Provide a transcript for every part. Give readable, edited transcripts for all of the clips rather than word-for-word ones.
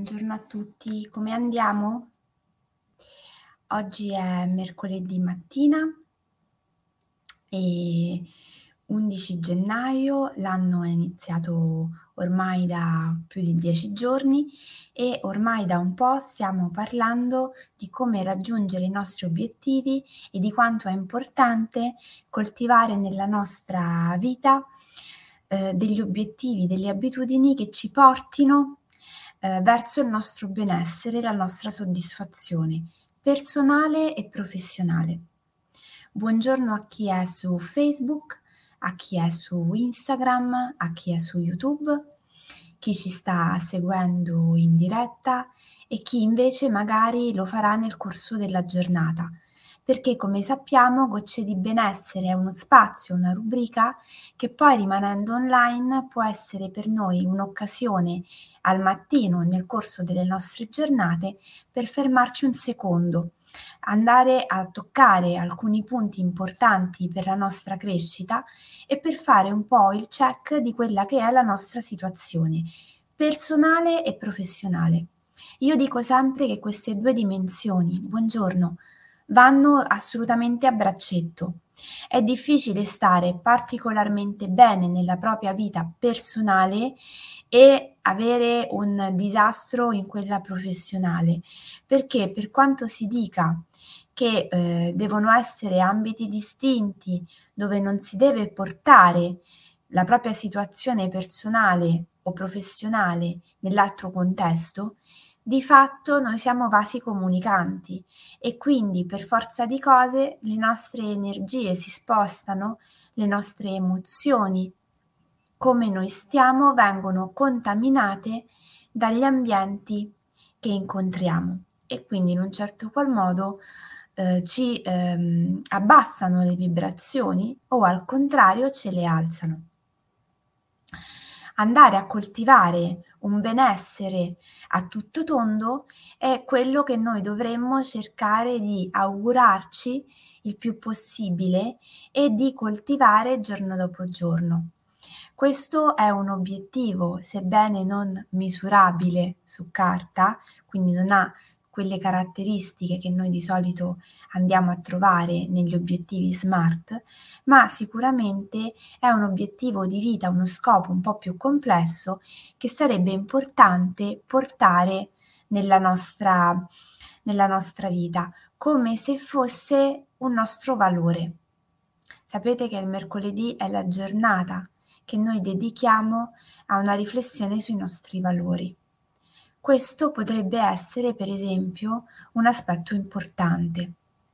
Buongiorno a tutti, come andiamo? Oggi è mercoledì mattina e 11 gennaio, l'anno è iniziato ormai da più di 10 giorni e ormai da un po' stiamo parlando di come raggiungere i nostri obiettivi e di quanto è importante coltivare nella nostra vita, degli obiettivi, delle abitudini che ci portino, verso il nostro benessere, la nostra soddisfazione personale e professionale. Buongiorno a chi è su Facebook, a chi è su Instagram, a chi è su YouTube, chi ci sta seguendo in diretta e chi invece magari lo farà nel corso della giornata. Perché come sappiamo Gocce di benessere è uno spazio, una rubrica che poi rimanendo online può essere per noi un'occasione al mattino nel corso delle nostre giornate per fermarci un secondo, andare a toccare alcuni punti importanti per la nostra crescita e per fare un po' il check di quella che è la nostra situazione personale e professionale. Io dico sempre che queste due dimensioni, buongiorno, vanno assolutamente a braccetto. È difficile stare particolarmente bene nella propria vita personale e avere un disastro in quella professionale, perché per quanto si dica che, devono essere ambiti distinti, dove non si deve portare la propria situazione personale o professionale nell'altro contesto, di fatto noi siamo vasi comunicanti e quindi per forza di cose le nostre energie si spostano, le nostre emozioni, come noi stiamo, vengono contaminate dagli ambienti che incontriamo e quindi in un certo qual modo ci abbassano le vibrazioni o al contrario ce le alzano. Andare a coltivare un benessere a tutto tondo è quello che noi dovremmo cercare di augurarci il più possibile e di coltivare giorno dopo giorno. Questo è un obiettivo, sebbene non misurabile su carta, quindi non ha quelle caratteristiche che noi di solito andiamo a trovare negli obiettivi SMART, ma sicuramente è un obiettivo di vita, uno scopo un po' più complesso che sarebbe importante portare nella nostra vita, come se fosse un nostro valore. Sapete che il mercoledì è la giornata che noi dedichiamo a una riflessione sui nostri valori. Questo potrebbe essere, per esempio, un aspetto importante.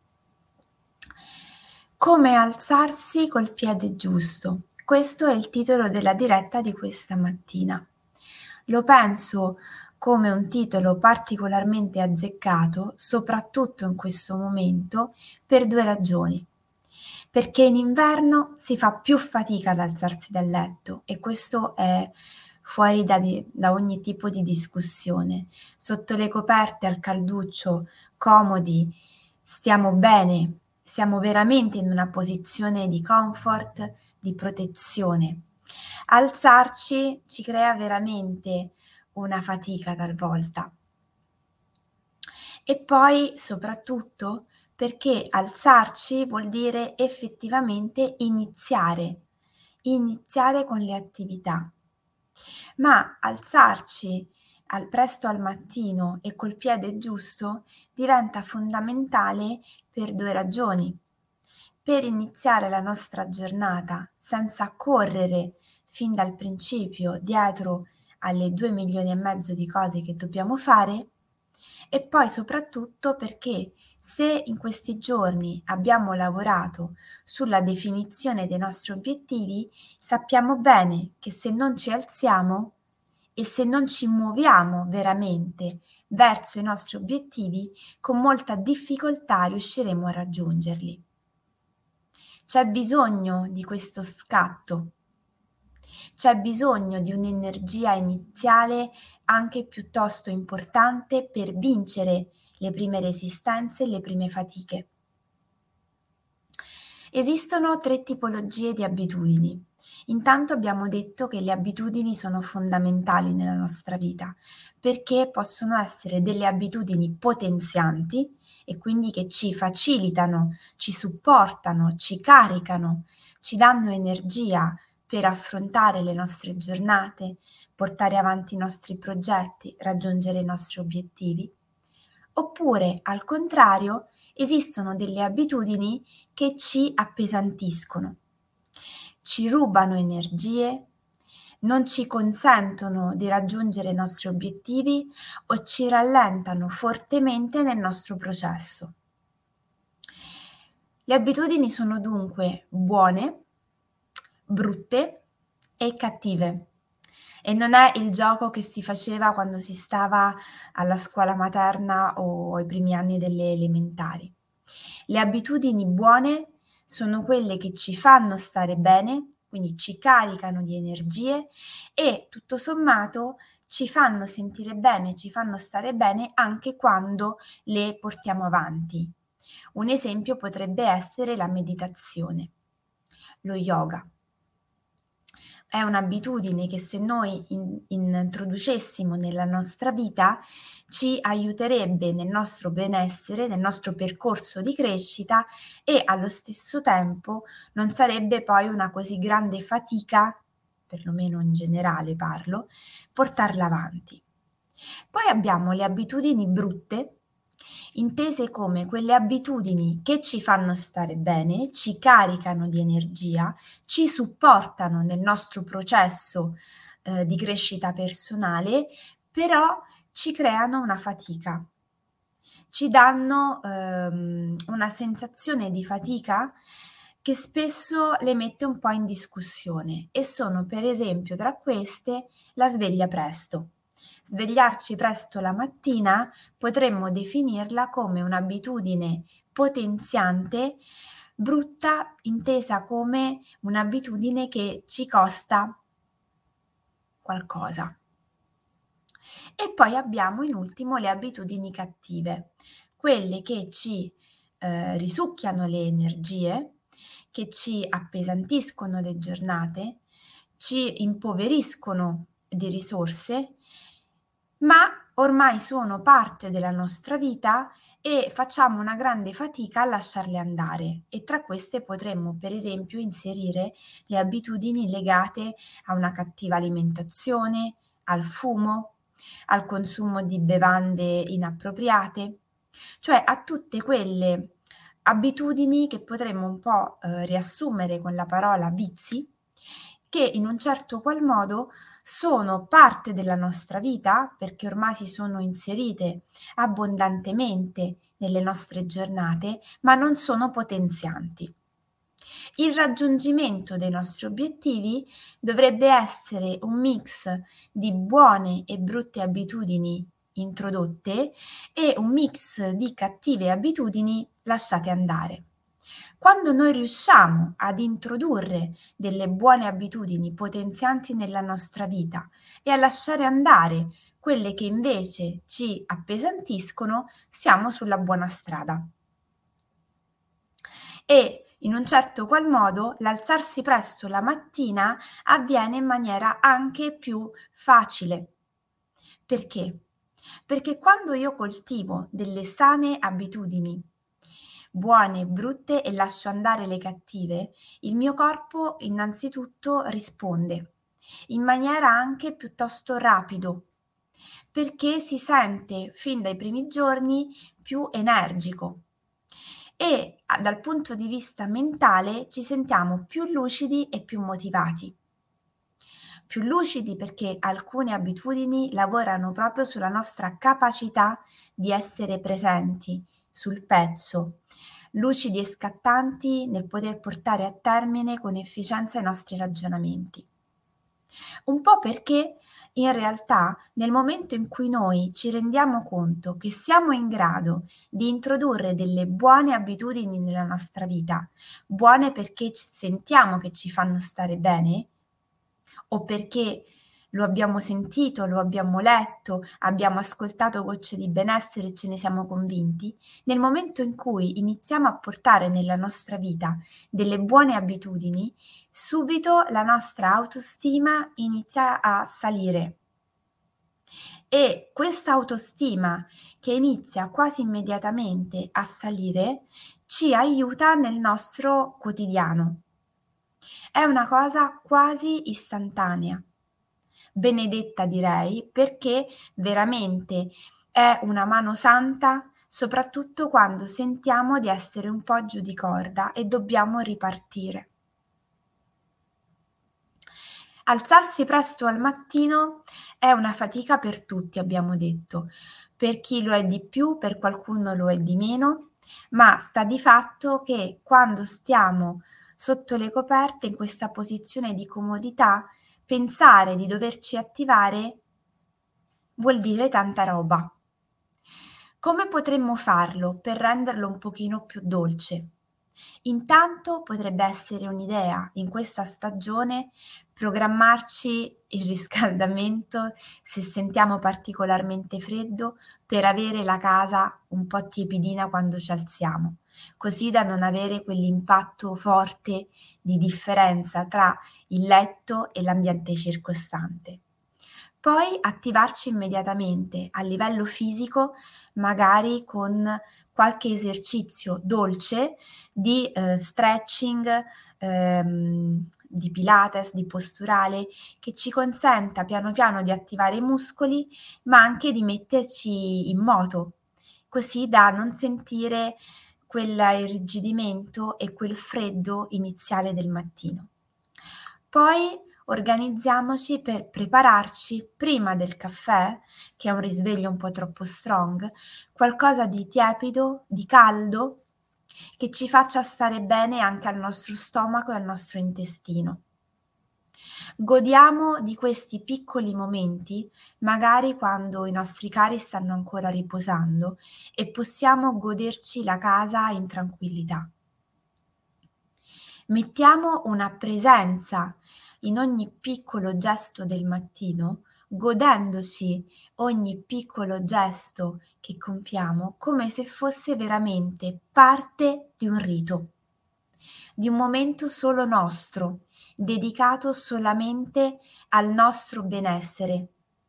Come alzarsi col piede giusto. Questo è il titolo della diretta di questa mattina. Lo penso come un titolo particolarmente azzeccato, soprattutto in questo momento, per due ragioni. Perché in inverno si fa più fatica ad alzarsi dal letto e questo è fuori da ogni tipo di discussione. Sotto le coperte al calduccio, comodi, stiamo bene, siamo veramente in una posizione di comfort, di protezione. Alzarci ci crea veramente una fatica talvolta. E poi soprattutto perché alzarci vuol dire effettivamente iniziare con le attività. Ma alzarci presto al mattino e col piede giusto diventa fondamentale per due ragioni. Per iniziare la nostra giornata senza correre fin dal principio dietro alle 2 milioni e mezzo di cose che dobbiamo fare e poi soprattutto perché se in questi giorni abbiamo lavorato sulla definizione dei nostri obiettivi, sappiamo bene che se non ci alziamo e se non ci muoviamo veramente verso i nostri obiettivi, con molta difficoltà riusciremo a raggiungerli. C'è bisogno di questo scatto, c'è bisogno di un'energia iniziale anche piuttosto importante per vincere le prime resistenze e le prime fatiche. Esistono 3 tipologie di abitudini. Intanto abbiamo detto che le abitudini sono fondamentali nella nostra vita, perché possono essere delle abitudini potenzianti e quindi che ci facilitano, ci supportano, ci caricano, ci danno energia per affrontare le nostre giornate, portare avanti i nostri progetti, raggiungere i nostri obiettivi. Oppure, al contrario, esistono delle abitudini che ci appesantiscono, ci rubano energie, non ci consentono di raggiungere i nostri obiettivi o ci rallentano fortemente nel nostro processo. Le abitudini sono dunque buone, brutte e cattive. E non è il gioco che si faceva quando si stava alla scuola materna o ai primi anni delle elementari. Le abitudini buone sono quelle che ci fanno stare bene, quindi ci caricano di energie e tutto sommato ci fanno sentire bene, ci fanno stare bene anche quando le portiamo avanti. Un esempio potrebbe essere la meditazione, lo yoga. È un'abitudine che se noi introducessimo nella nostra vita, ci aiuterebbe nel nostro benessere, nel nostro percorso di crescita e allo stesso tempo non sarebbe poi una così grande fatica, perlomeno in generale parlo, portarla avanti. Poi abbiamo le abitudini brutte, intese come quelle abitudini che ci fanno stare bene, ci caricano di energia, ci supportano nel nostro processo, di crescita personale, però ci creano una fatica. Ci danno, una sensazione di fatica che spesso le mette un po' in discussione e sono per esempio tra queste la sveglia presto. Svegliarci presto la mattina potremmo definirla come un'abitudine potenziante, brutta intesa come un'abitudine che ci costa qualcosa. E poi abbiamo in ultimo le abitudini cattive, quelle che ci, risucchiano le energie, che ci appesantiscono le giornate, ci impoveriscono di risorse, ma ormai sono parte della nostra vita e facciamo una grande fatica a lasciarle andare e tra queste potremmo per esempio inserire le abitudini legate a una cattiva alimentazione, al fumo, al consumo di bevande inappropriate, cioè a tutte quelle abitudini che potremmo un po', riassumere con la parola vizi, che in un certo qual modo sono parte della nostra vita, perché ormai si sono inserite abbondantemente nelle nostre giornate, ma non sono potenzianti. Il raggiungimento dei nostri obiettivi dovrebbe essere un mix di buone e brutte abitudini introdotte e un mix di cattive abitudini lasciate andare. Quando noi riusciamo ad introdurre delle buone abitudini potenzianti nella nostra vita e a lasciare andare quelle che invece ci appesantiscono, siamo sulla buona strada. E in un certo qual modo l'alzarsi presto la mattina avviene in maniera anche più facile. Perché? Perché quando io coltivo delle sane abitudini, buone e brutte, e lascio andare le cattive, il mio corpo innanzitutto risponde in maniera anche piuttosto rapido, perché si sente fin dai primi giorni più energico e dal punto di vista mentale ci sentiamo più lucidi e più motivati. Più lucidi perché alcune abitudini lavorano proprio sulla nostra capacità di essere presenti sul pezzo, lucidi e scattanti nel poter portare a termine con efficienza i nostri ragionamenti. Un po' perché in realtà nel momento in cui noi ci rendiamo conto che siamo in grado di introdurre delle buone abitudini nella nostra vita, buone perché sentiamo che ci fanno stare bene o perché lo abbiamo sentito, lo abbiamo letto, abbiamo ascoltato Gocce di benessere e ce ne siamo convinti, nel momento in cui iniziamo a portare nella nostra vita delle buone abitudini, subito la nostra autostima inizia a salire. E questa autostima che inizia quasi immediatamente a salire ci aiuta nel nostro quotidiano. È una cosa quasi istantanea, benedetta direi, perché veramente è una mano santa, soprattutto quando sentiamo di essere un po' giù di corda e dobbiamo ripartire. Alzarsi presto al mattino è una fatica per tutti, abbiamo detto. Per chi lo è di più, per qualcuno lo è di meno, ma sta di fatto che quando stiamo sotto le coperte, in questa posizione di comodità, pensare di doverci attivare vuol dire tanta roba. Come potremmo farlo per renderlo un pochino più dolce? Intanto potrebbe essere un'idea in questa stagione programmarci il riscaldamento se sentiamo particolarmente freddo per avere la casa un po' tiepidina quando ci alziamo, così da non avere quell'impatto forte di differenza tra il letto e l'ambiente circostante. Poi attivarci immediatamente a livello fisico, magari con qualche esercizio dolce di stretching, di Pilates, di posturale, che ci consenta piano piano di attivare i muscoli, ma anche di metterci in moto, così da non sentire quell'irrigidimento e quel freddo iniziale del mattino. Poi organizziamoci per prepararci prima del caffè, che è un risveglio un po' troppo strong, qualcosa di tiepido, di caldo, che ci faccia stare bene anche al nostro stomaco e al nostro intestino. Godiamo di questi piccoli momenti, magari quando i nostri cari stanno ancora riposando e possiamo goderci la casa in tranquillità. Mettiamo una presenza in ogni piccolo gesto del mattino, godendoci ogni piccolo gesto che compiamo come se fosse veramente parte di un rito, di un momento solo nostro, dedicato solamente al nostro benessere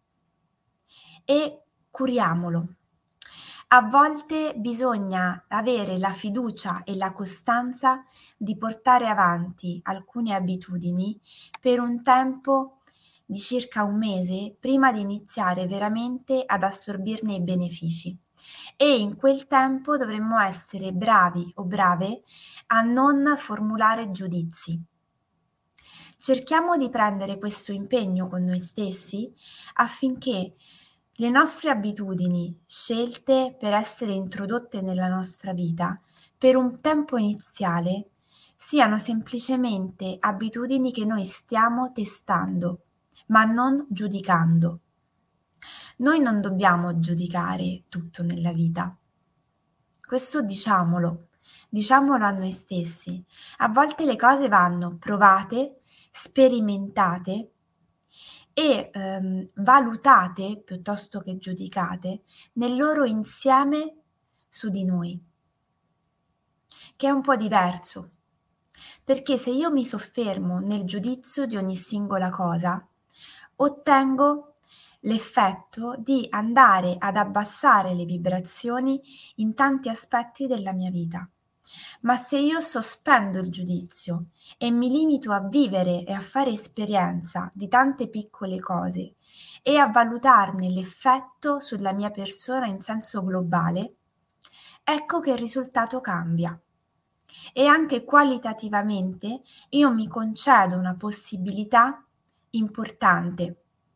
e curiamolo. A volte bisogna avere la fiducia e la costanza di portare avanti alcune abitudini per un tempo di circa 1 mese prima di iniziare veramente ad assorbirne i benefici. E in quel tempo dovremmo essere bravi o brave a non formulare giudizi. Cerchiamo di prendere questo impegno con noi stessi affinché le nostre abitudini, scelte per essere introdotte nella nostra vita, per un tempo iniziale, siano semplicemente abitudini che noi stiamo testando, ma non giudicando. Noi non dobbiamo giudicare tutto nella vita. Questo diciamolo a noi stessi. A volte le cose vanno provate, sperimentate e, valutate piuttosto che giudicate nel loro insieme su di noi, che è un po' diverso. Perché se io mi soffermo nel giudizio di ogni singola cosa, ottengo l'effetto di andare ad abbassare le vibrazioni in tanti aspetti della mia vita. Ma se io sospendo il giudizio e mi limito a vivere e a fare esperienza di tante piccole cose e a valutarne l'effetto sulla mia persona in senso globale, ecco che il risultato cambia. E anche qualitativamente io mi concedo una possibilità importante.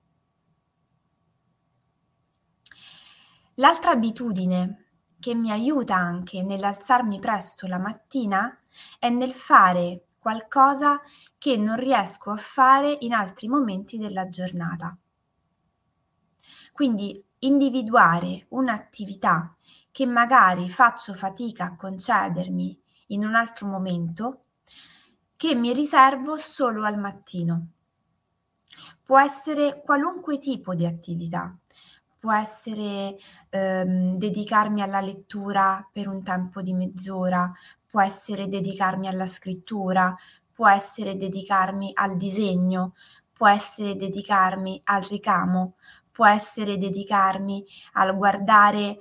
L'altra abitudine che mi aiuta anche nell'alzarmi presto la mattina è nel fare qualcosa che non riesco a fare in altri momenti della giornata. Quindi individuare un'attività che magari faccio fatica a concedermi in un altro momento, che mi riservo solo al mattino. Può essere qualunque tipo di attività. Può essere, dedicarmi alla lettura per un tempo di mezz'ora, può essere dedicarmi alla scrittura, può essere dedicarmi al disegno, può essere dedicarmi al ricamo, può essere dedicarmi al guardare,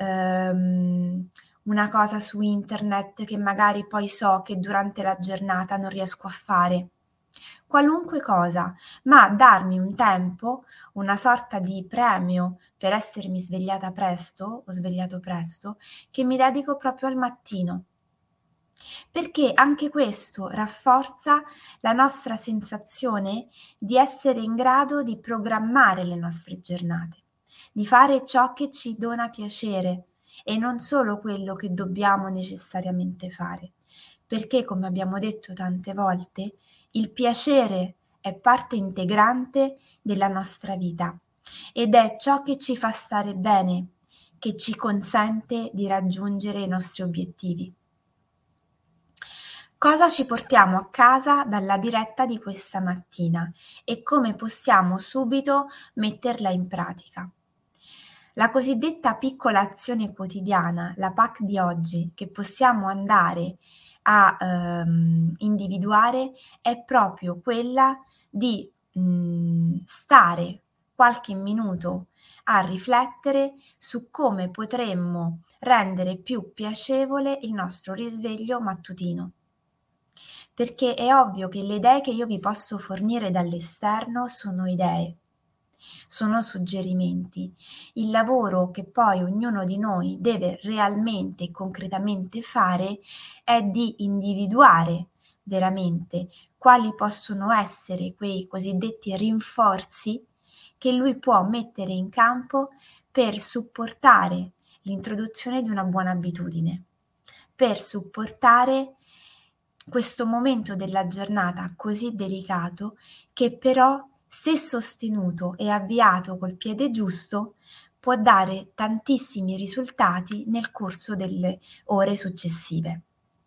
una cosa su internet che magari poi so che durante la giornata non riesco a fare. Qualunque cosa, ma darmi un tempo, una sorta di premio per essermi svegliata presto o svegliato presto, che mi dedico proprio al mattino. Perché anche questo rafforza la nostra sensazione di essere in grado di programmare le nostre giornate, di fare ciò che ci dona piacere e non solo quello che dobbiamo necessariamente fare. Perché, come abbiamo detto tante volte, il piacere è parte integrante della nostra vita ed è ciò che ci fa stare bene, che ci consente di raggiungere i nostri obiettivi. Cosa ci portiamo a casa dalla diretta di questa mattina e come possiamo subito metterla in pratica? La cosiddetta piccola azione quotidiana, la PAC di oggi, che possiamo andare a, individuare è proprio quella di, stare qualche minuto a riflettere su come potremmo rendere più piacevole il nostro risveglio mattutino. Perché è ovvio che le idee che io vi posso fornire dall'esterno sono idee, sono suggerimenti. Il lavoro che poi ognuno di noi deve realmente e concretamente fare è di individuare veramente quali possono essere quei cosiddetti rinforzi che lui può mettere in campo per supportare l'introduzione di una buona abitudine, per supportare questo momento della giornata così delicato che però, se sostenuto e avviato col piede giusto, può dare tantissimi risultati nel corso delle ore successive.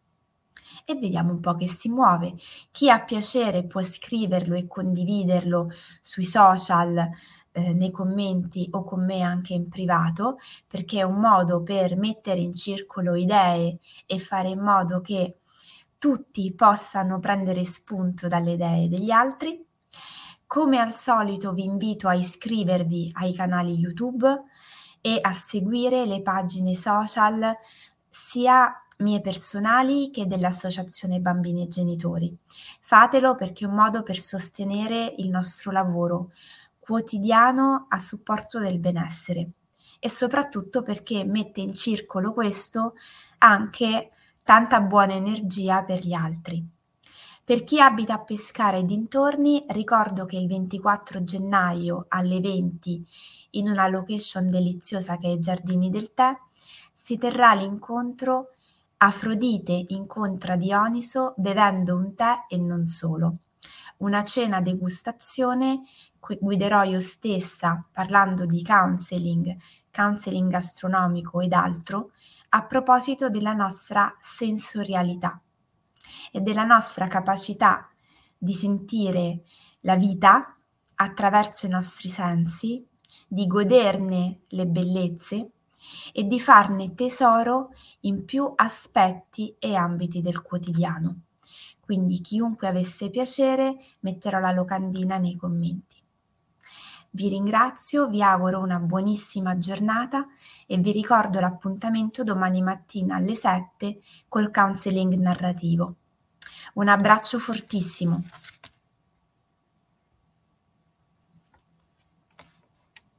E vediamo un po' che si muove. Chi ha piacere può scriverlo e condividerlo sui social, nei commenti o con me anche in privato, perché è un modo per mettere in circolo idee e fare in modo che tutti possano prendere spunto dalle idee degli altri. Come al solito vi invito a iscrivervi ai canali YouTube e a seguire le pagine social sia mie personali che dell'Associazione Bambini e Genitori. Fatelo perché è un modo per sostenere il nostro lavoro quotidiano a supporto del benessere e soprattutto perché mette in circolo questo anche tanta buona energia per gli altri. Per chi abita a Pescara e dintorni, ricordo che il 24 gennaio alle 20, in una location deliziosa che è i Giardini del Tè, si terrà l'incontro Afrodite incontra Dioniso bevendo un tè e non solo. Una cena degustazione che guiderò io stessa parlando di counseling gastronomico ed altro, a proposito della nostra sensorialità e della nostra capacità di sentire la vita attraverso i nostri sensi, di goderne le bellezze e di farne tesoro in più aspetti e ambiti del quotidiano. Quindi chiunque avesse piacere metterò la locandina nei commenti. Vi ringrazio, vi auguro una buonissima giornata e vi ricordo l'appuntamento domani mattina alle 7 col counseling narrativo. Un abbraccio fortissimo.